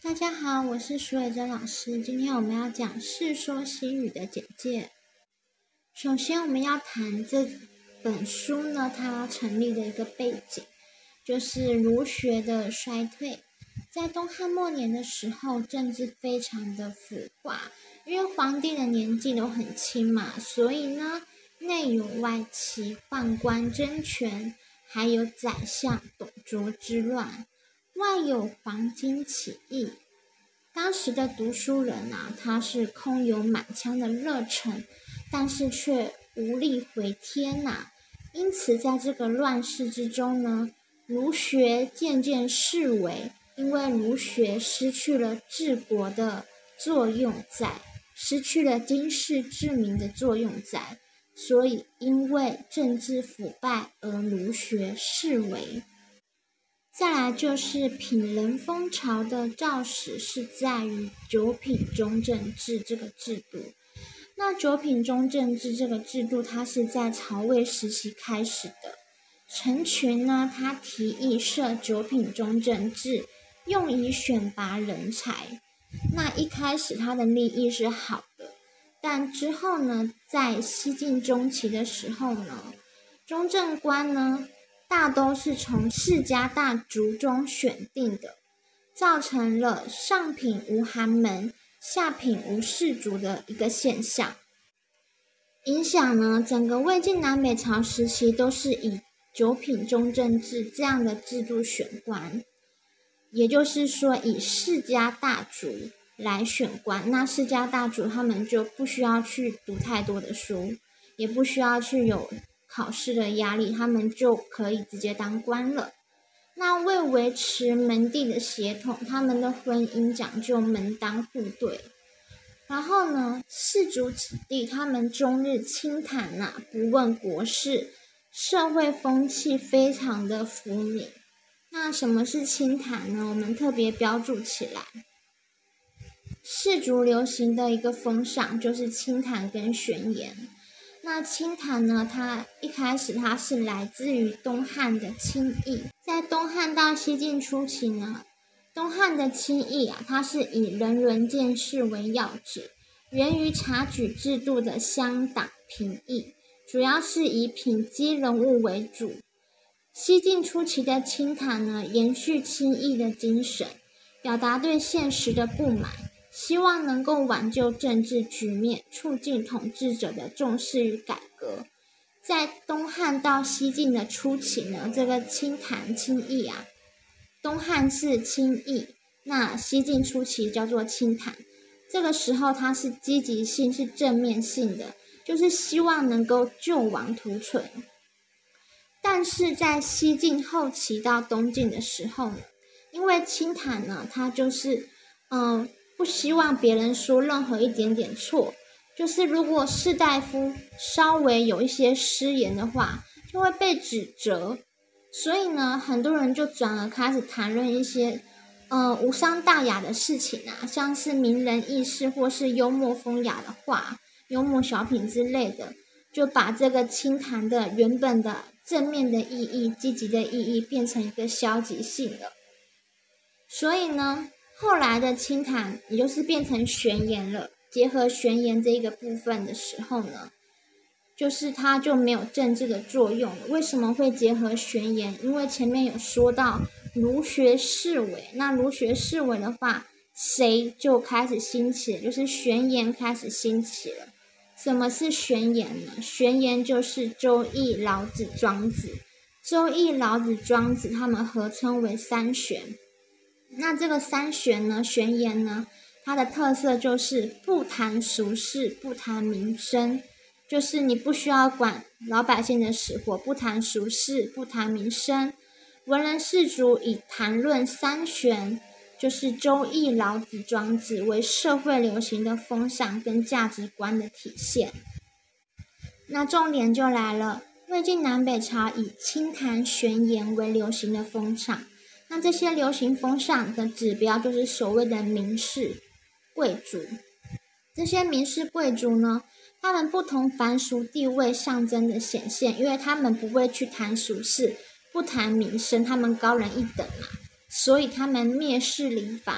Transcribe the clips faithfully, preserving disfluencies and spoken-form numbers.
大家好，我是舒伟珍老师。今天我们要讲《世说新语》的简介。首先，我们要谈这本书呢，它成立的一个背景，就是儒学的衰退。在东汉末年的时候，政治非常的腐化，因为皇帝的年纪都很轻嘛，所以呢，内有外戚、宦官争权，还有宰相董卓之乱。外有黄巾起义，当时的读书人啊，他是空有满腔的热忱，但是却无力回天啊。因此在这个乱世之中呢，儒学渐渐式微，因为儒学失去了治国的作用在，失去了经世治民的作用在，所以因为政治腐败而儒学式微。再来就是品人风潮的肇始是在于九品中正制这个制度。那九品中正制这个制度，它是在曹魏时期开始的。陈群呢，他提议设九品中正制，用以选拔人才。那一开始他的立意是好的，但之后呢，在西晋中期的时候呢，中正官呢大都是从世家大族中选定的，造成了上品无寒门，下品无士族的一个现象。影响呢，整个魏晋南北朝时期都是以九品中正制这样的制度选官，也就是说以世家大族来选官。那世家大族他们就不需要去读太多的书，也不需要去有考试的压力，他们就可以直接当官了。那为维持门第的协同，他们的婚姻讲究门当户对。然后呢，士族子弟他们终日清谈啊，不问国事，社会风气非常的浮靡。那什么是清谈呢？我们特别标注起来。士族流行的一个风尚就是清谈跟宣言。那清谈呢，它一开始它是来自于东汉的清议。在东汉到西晋初期呢，东汉的清议啊，它是以人伦见识为要旨，源于察举制度的乡党评议，主要是以品级人物为主。西晋初期的清谈呢，延续清议的精神，表达对现实的不满，希望能够挽救政治局面，促进统治者的重视与改革。在东汉到西晋的初期呢，这个清谈清议啊，东汉是清议，那西晋初期叫做清谈。这个时候它是积极性，是正面性的，就是希望能够救亡图存。但是在西晋后期到东晋的时候呢，因为清谈呢，它就是嗯。不希望别人说任何一点点错，就是如果士大夫稍微有一些失言的话，就会被指责。所以呢，很多人就转而开始谈论一些呃无伤大雅的事情啊，像是名人轶事或是幽默风雅的话、幽默小品之类的，就把这个清谈的原本的正面的意义、积极的意义变成一个消极性的。所以呢，后来的清谈也就是变成宣言了，结合宣言这一个部分的时候呢，就是它就没有政治的作用了。为什么会结合宣言？因为前面有说到儒学式微，那儒学式微的话，谁就开始兴起了，就是宣言开始兴起了。什么是宣言呢？宣言就是周易、老子、庄子。周易、老子、庄子他们合称为三玄。那这个三玄呢，宣言呢，它的特色就是不谈俗事，不谈民生，就是你不需要管老百姓的死活，不谈俗事，不谈民生。文人士族以谈论三玄，就是周易、老子、庄子为社会流行的风尚跟价值观的体现。那重点就来了，魏晋南北朝以清谈宣言为流行的风尚。那这些流行风尚的指标就是所谓的名士贵族。这些名士贵族呢，他们不同凡俗地位象征的显现，因为他们不会去谈俗事，不谈民生，他们高人一等嘛，所以他们蔑视礼法，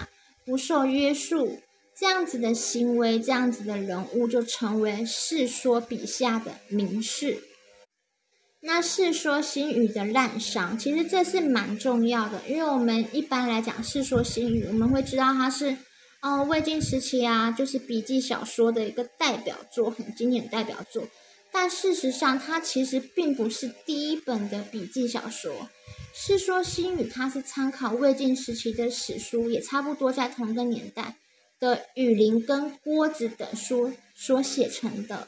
不受约束，这样子的行为，这样子的人物就成为《世说》笔下的名士。那《世说新语》的滥觞，其实这是蛮重要的，因为我们一般来讲《世说新语》，我们会知道它是呃魏晋时期啊，就是笔记小说的一个代表作，很经典的代表作。但事实上，它其实并不是第一本的笔记小说，《世说新语》它是参考魏晋时期的史书，也差不多在同一个年代的《羽林》跟《郭子》等书所写成的。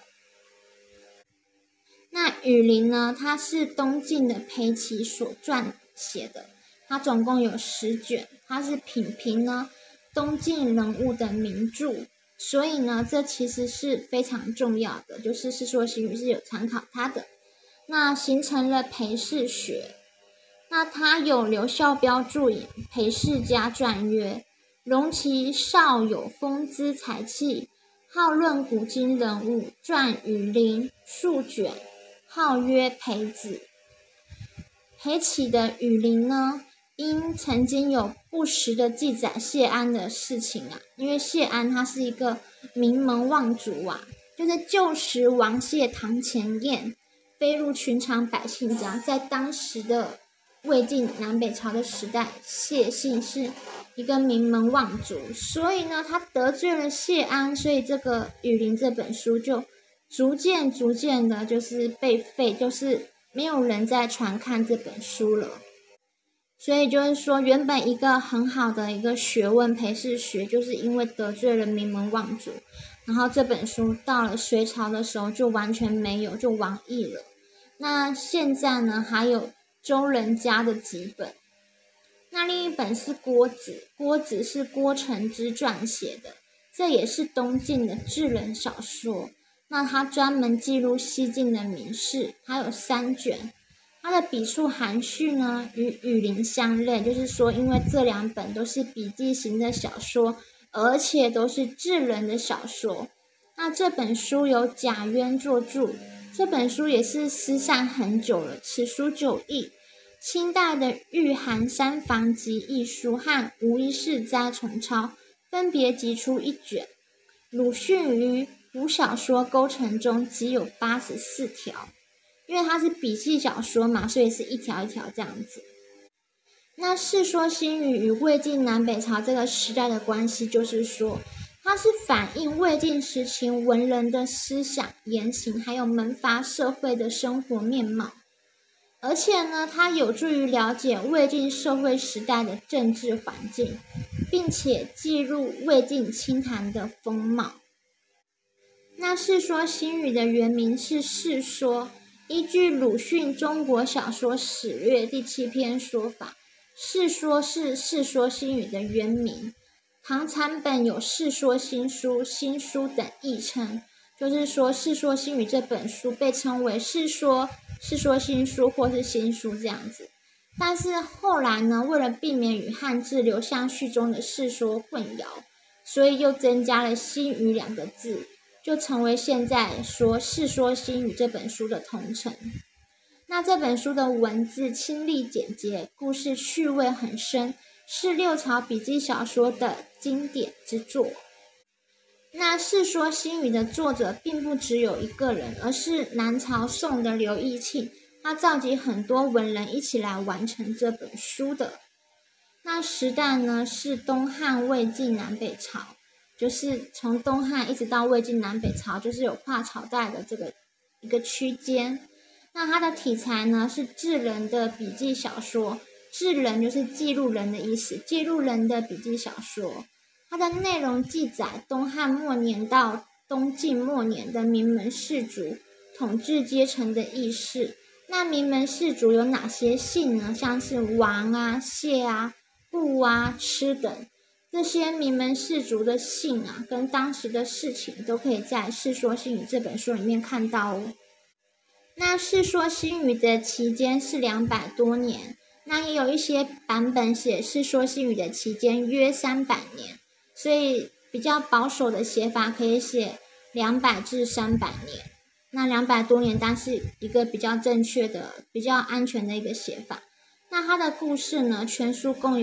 那《羽林》呢，它是东晋的裴奇所撰写的，它总共有十卷，它是品评呢东晋人物的名著，所以呢，这其实是非常重要的，就是《世说新语》是有参考它的，那形成了裴氏学。那它有刘孝标注引，裴氏家传曰：容其少有风姿才气，好论古今人物，撰羽林数卷，号曰裴子。裴启的羽林呢，因曾经有不实的记载谢安的事情啊，因为谢安他是一个名门望族啊，就是旧时王谢堂前燕，飞入寻常百姓家，在当时的魏晋南北朝的时代，谢姓是一个名门望族，所以呢，他得罪了谢安，所以这个《羽林》这本书就逐渐逐渐的就是被废，就是没有人再传看这本书了。所以就是说，原本一个很好的一个学问裴氏学，就是因为得罪了名门望族，然后这本书到了隋朝的时候就完全没有，就亡佚了。那现在呢，还有周人家的几本。那另一本是郭子，郭子是郭承之撰写的，这也是东晋的志人小说。那他专门记录西晋的名士，它有三卷。他的笔触含蓄呢，与羽林相类，就是说，因为这两本都是笔记型的小说，而且都是志人的小说。那这本书由贾渊作注，这本书也是失散很久了，此书久佚。清代的《御寒山房集》一书和《无一世斋重抄》分别集出一卷。鲁迅于古小说构成中即有八十四条。因为它是笔记小说嘛，所以是一条一条这样子。那《世说新语》与魏晋南北朝这个时代的关系，就是说，它是反映魏晋时期文人的思想、言行，还有门阀社会的生活面貌。而且呢，它有助于了解魏晋社会时代的政治环境，并且记录魏晋清谈的风貌。那《世说新语》的原名是《世说》。依据鲁迅《中国小说史略》第七篇说法，世说是《世说新语》的原名。唐残本有《世说新书》、新书等译称，就是说《世说新语》这本书被称为世说、世说新书或是新书这样子。但是后来呢，为了避免与汉字流香序中的世说混淆，所以又增加了新语两个字，就成为现在说《世说新语》这本书的统称。那这本书的文字清丽简洁，故事趣味很深，是六朝笔记小说的经典之作。那《世说新语》的作者并不只有一个人，而是南朝宋的刘义庆，他召集很多文人一起来完成这本书的。那时代呢，是东汉、魏晋、南北朝。就是从东汉一直到魏晋南北朝，就是有跨朝代的这个一个区间。那它的题材呢是志人的笔记小说，志人就是记录人的意思，记录人的笔记小说。它的内容记载东汉末年到东晋末年的名门士族、统治阶层的轶事。那名门士族有哪些姓呢？像是王啊、谢啊、顾啊、吃等。这些名门士族的姓啊，跟当时的事情都可以在《世说新语》这本书里面看到哦。那《世说新语》的期间是两百多年，那也有一些版本写《世说新语》的期间约三百年，所以比较保守的写法可以写两百至三百年。那两百多年，但是一个比较正确的、比较安全的一个写法。那它的故事呢，全书共有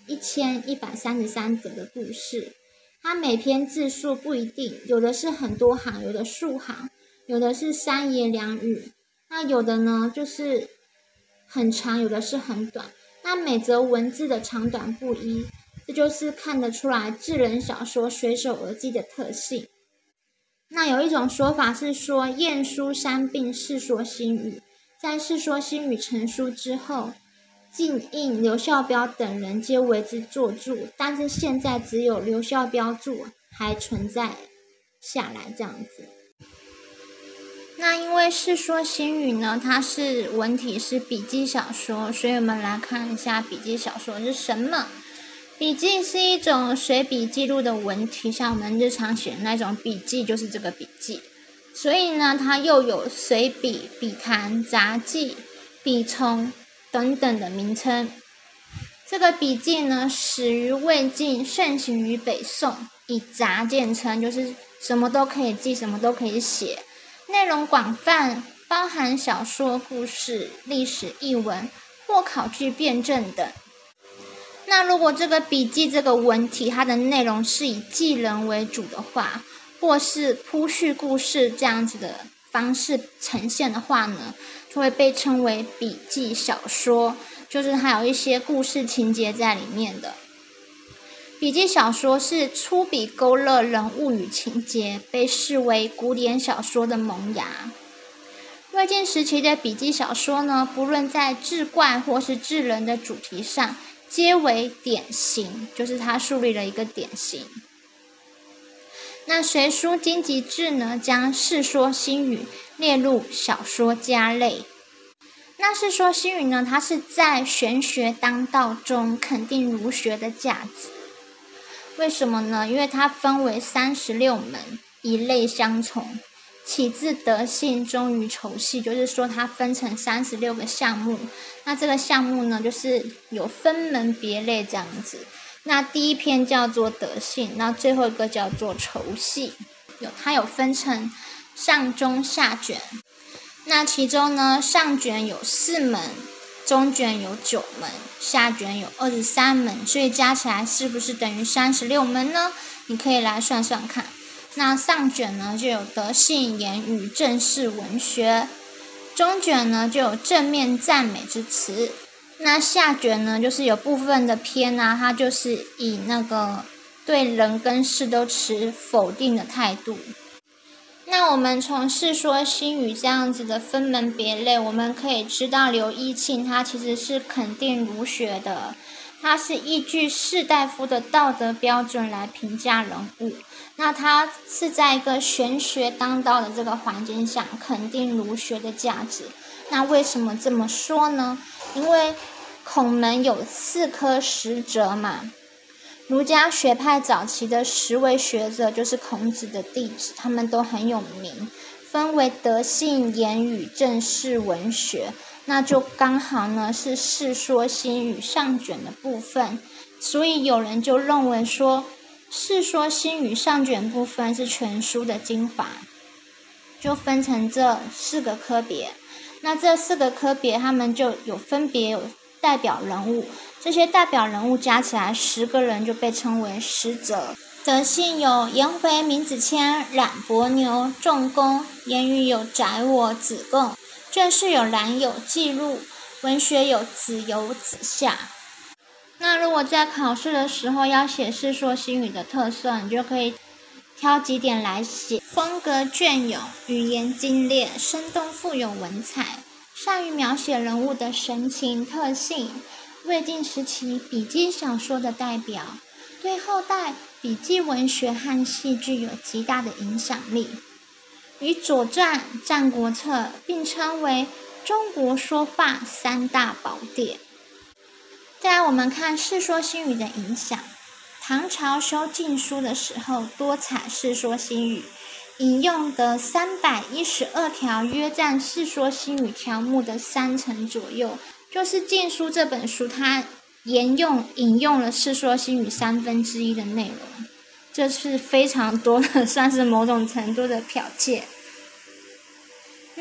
一千一百三十三则的故事。它每篇字数不一定，有的是很多行，有的数行，有的是三言两语，那有的呢就是很长，有的是很短。那每则文字的长短不一，这就是看得出来智人小说随手而记的特性。那有一种说法是说，晏殊删并《世说新语》，在《世说新语》成书之后，晋应、刘孝标等人皆为之作注，但是现在只有刘孝标注还存在下来这样子。那因为《世说新语》呢，它是文体是笔记小说，所以我们来看一下笔记小说是什么。笔记是一种随笔记录的文体，像我们日常写的那种笔记就是这个笔记。所以呢，它又有随笔、笔谈、杂记、笔从等等的名称。这个笔记呢，始于魏晋，盛行于北宋，以杂见称，就是什么都可以记，什么都可以写，内容广泛，包含小说、故事、历史、译文或考据辩证等。那如果这个笔记这个文体，它的内容是以记人为主的话，或是铺叙故事这样子的方式呈现的话呢，就会被称为笔记小说，就是还有一些故事情节在里面的。笔记小说是粗笔勾勒人物与情节，被视为古典小说的萌芽。魏晋时期的笔记小说呢，不论在志怪或是志人的主题上，皆为典型，就是它树立了一个典型。那隋书经籍志呢，将《世说新语》列入小说家类。那《世说新语》呢，它是在玄学当道中肯定儒学的价值。为什么呢？因为它分为三十六门，一类相从，起自德性，终于酬系，就是说它分成三十六个项目。那这个项目呢，就是有分门别类这样子。那第一篇叫做德性，那最后一个叫做酬系，有它有分成上中下卷。那其中呢，上卷有四门，中卷有九门，下卷有二十三门，所以加起来是不是等于三十六门呢？你可以来算算看。那上卷呢就有德性、言语、正式文学，中卷呢就有正面赞美之词，那下卷呢就是有部分的篇啊，它就是以那个对人跟事都持否定的态度。那我们从《世说新语》这样子的分门别类，我们可以知道刘义庆他其实是肯定儒学的，他是依据士大夫的道德标准来评价人物。那他是在一个玄学当道的这个环境下肯定儒学的价值。那为什么这么说呢？因为孔门有四科十哲嘛，儒家学派早期的十位学者就是孔子的弟子，他们都很有名，分为德性、言语、正式、文学，那就刚好呢是《世说新语》上卷的部分，所以有人就认为说《世说新语》上卷部分是全书的精华，就分成这四个科别。那这四个科别他们就有分别有代表人物，这些代表人物加起来十个人就被称为十哲。德性有颜回、闵子骞、冉伯牛、仲弓；言语有宰我、子贡；正式有冉有、记录；文学有子游、子夏。那如果在考试的时候要写《世说新语》的特色，你就可以挑几点来写：风格隽永，语言精炼，生动富有文采，善于描写人物的神情特性，魏晋时期笔记小说的代表，对后代笔记文学和戏剧有极大的影响力，与《左传》《战国策》并称为中国说话三大宝典。再来我们看《世说新语》的影响。唐朝修禁书的时候，多采《世说新语》，引用的三百一十二条约占《世说新语》条目的三成左右，就是禁书这本书它沿用引用了《世说新语》三分之一的内容，这是非常多的，算是某种程度的剽窃。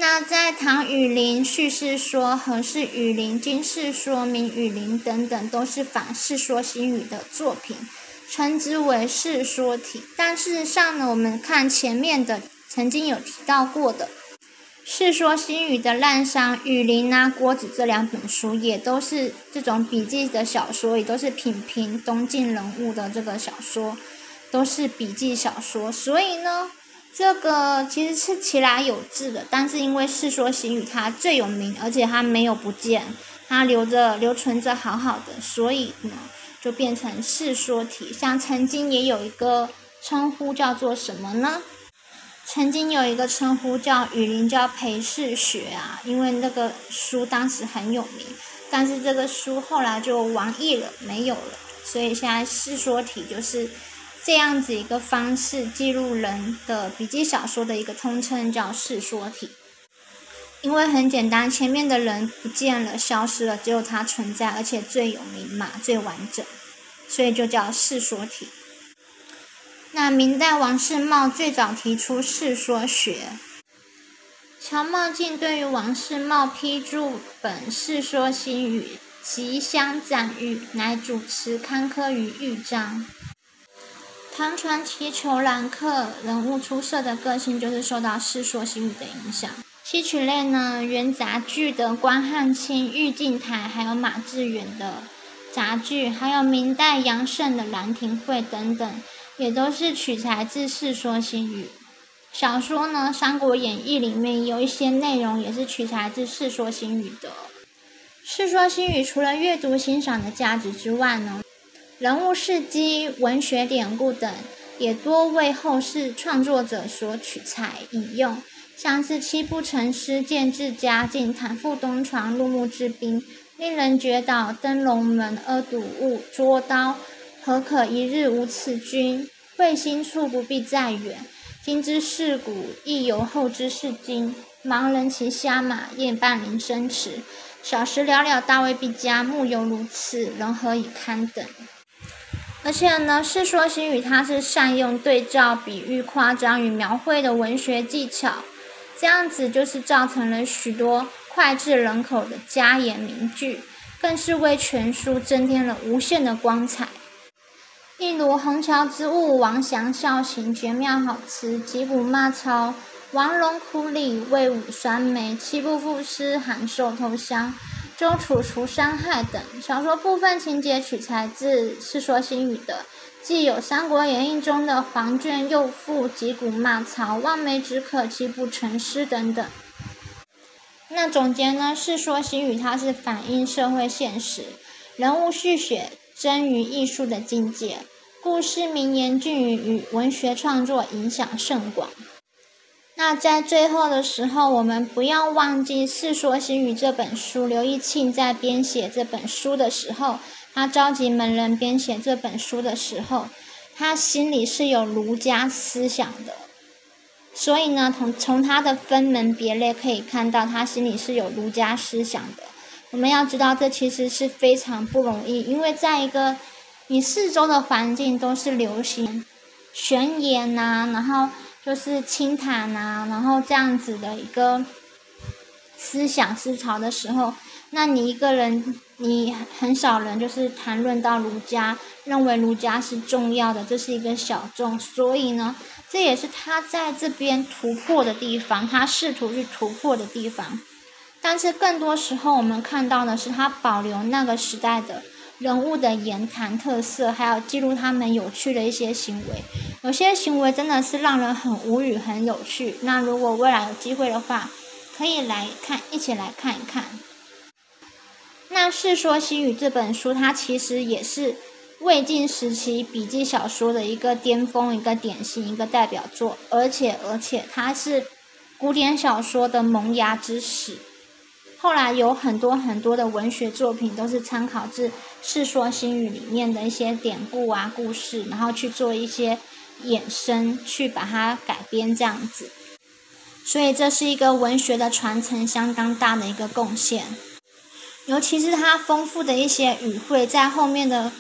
那在《唐雨林叙事说》《何氏雨林》《金氏说》《明雨林》等等，都是反世说新语的作品，称之为世说体。但事实上呢，我们看前面的曾经有提到过的世说新语的滥觞、雨林啊、郭子这两本书，也都是这种笔记的小说，也都是品评东晋人物的这个小说，都是笔记小说。所以呢，这个其实是其来有自的，但是因为世说新语它最有名，而且它没有不见，它留着留存着好好的，所以呢就变成世说体。像曾经也有一个称呼叫做什么呢？曾经有一个称呼叫雨林，叫裴世学啊，因为那个书当时很有名，但是这个书后来就亡佚了，没有了，所以现在世说体就是这样子一个方式记录人的笔记小说的一个通称，叫世说体。因为很简单，前面的人不见了，消失了，只有他存在，而且最有名嘛，最完整，所以就叫世说体。那明代王世茂最早提出世说学，乔茂进对于王世茂批注本世说新语极相赞誉，乃主持刊刻于豫章。唐传奇裘兰客人物出色的个性就是受到世说新语的影响。戏曲类呢，元杂剧的关汉卿、郁敬台，还有马致远的杂剧，还有明代杨慎的兰亭会等等，也都是取材自世说新语。小说呢，《三国演义》里面有一些内容也是取材自世说新语的。世说新语除了阅读欣赏的价值之外呢，人物事迹、文学典故等也多为后世创作者所取材引用，像是七步成诗、建制嘉靖、坦腹东床、入木之滨、令人觉倒、登龙门、阿堵物、捉刀、何可一日无此君、会心处不必再远、今之世古，亦犹后之视今、盲人骑瞎马，夜半铃声迟、小时了了，大未必佳，木犹如此，人何以堪等。而且呢，世说新语它是善用对照、比喻、夸张与描绘的文学技巧，这样子就是造成了许多脍炙人口的佳言名句，更是为全书增添了无限的光彩。例如虹桥之物，王祥笑行，绝妙好词；击鼓骂曹，王戎苦里，魏武酸梅；七步赋诗，函授偷香；周楚除山害等。小说部分情节取材自世说新语的，既有《三国演义》中的黄隽诱父、击鼓骂曹、望梅止渴、七步成诗等等。那总结呢，世说新语它是反映社会现实，人物续写臻于艺术的境界，故事名言俊语与文学创作影响甚广。那在最后的时候，我们不要忘记《世说新语》这本书，刘义庆在编写这本书的时候，他召集门人编写这本书的时候，他心里是有儒家思想的。所以呢，从从他的分门别类可以看到，他心里是有儒家思想的。我们要知道，这其实是非常不容易，因为在一个你四周的环境都是流行玄言啊，然后就是清谈啊，然后这样子的一个思想思潮的时候，那你一个人，你很少人就是谈论到儒家，认为儒家是重要的，这是一个小众，所以呢，这也是他在这边突破的地方，他试图去突破的地方。但是更多时候我们看到的是他保留那个时代的人物的言谈特色，还有记录他们有趣的一些行为。有些行为真的是让人很无语，很有趣。那如果未来有机会的话，可以来看，一起来看一看。那《世说新语》这本书，它其实也是魏晋时期笔记小说的一个巅峰、一个典型、一个代表作，而且而且它是古典小说的萌芽之始。后来有很多很多的文学作品都是参考自《世说新语》里面的一些典故啊、故事，然后去做一些衍生，去把它改编这样子。所以这是一个文学的传承相当大的一个贡献。尤其是它丰富的一些语汇，在后面的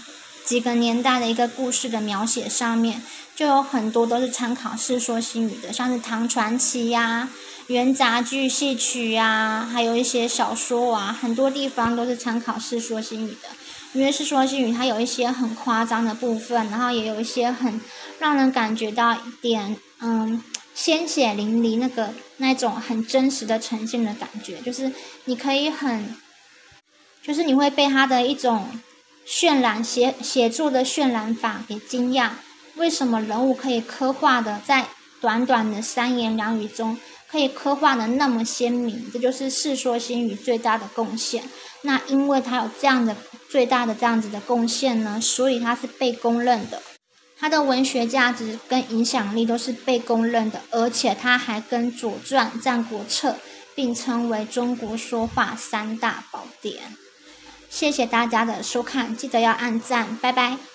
几个年代的一个故事的描写上面，就有很多都是参考《世说新语》的，像是唐传奇呀、啊、元杂剧、戏曲啊，还有一些小说啊，很多地方都是参考《世说新语》的。因为《世说新语》它有一些很夸张的部分，然后也有一些很让人感觉到一点嗯鲜血淋漓那个那种很真实的呈现的感觉，就是你可以很，就是你会被它的一种渲染写写作的渲染法给惊讶，为什么人物可以刻画的在短短的三言两语中可以刻画的那么鲜明，这就是《世说新语》最大的贡献。那因为它有这样的最大的这样子的贡献呢，所以它是被公认的，它的文学价值跟影响力都是被公认的，而且它还跟《左传》《战国策》并称为中国说话三大宝典。谢谢大家的收看，记得要按赞，拜拜。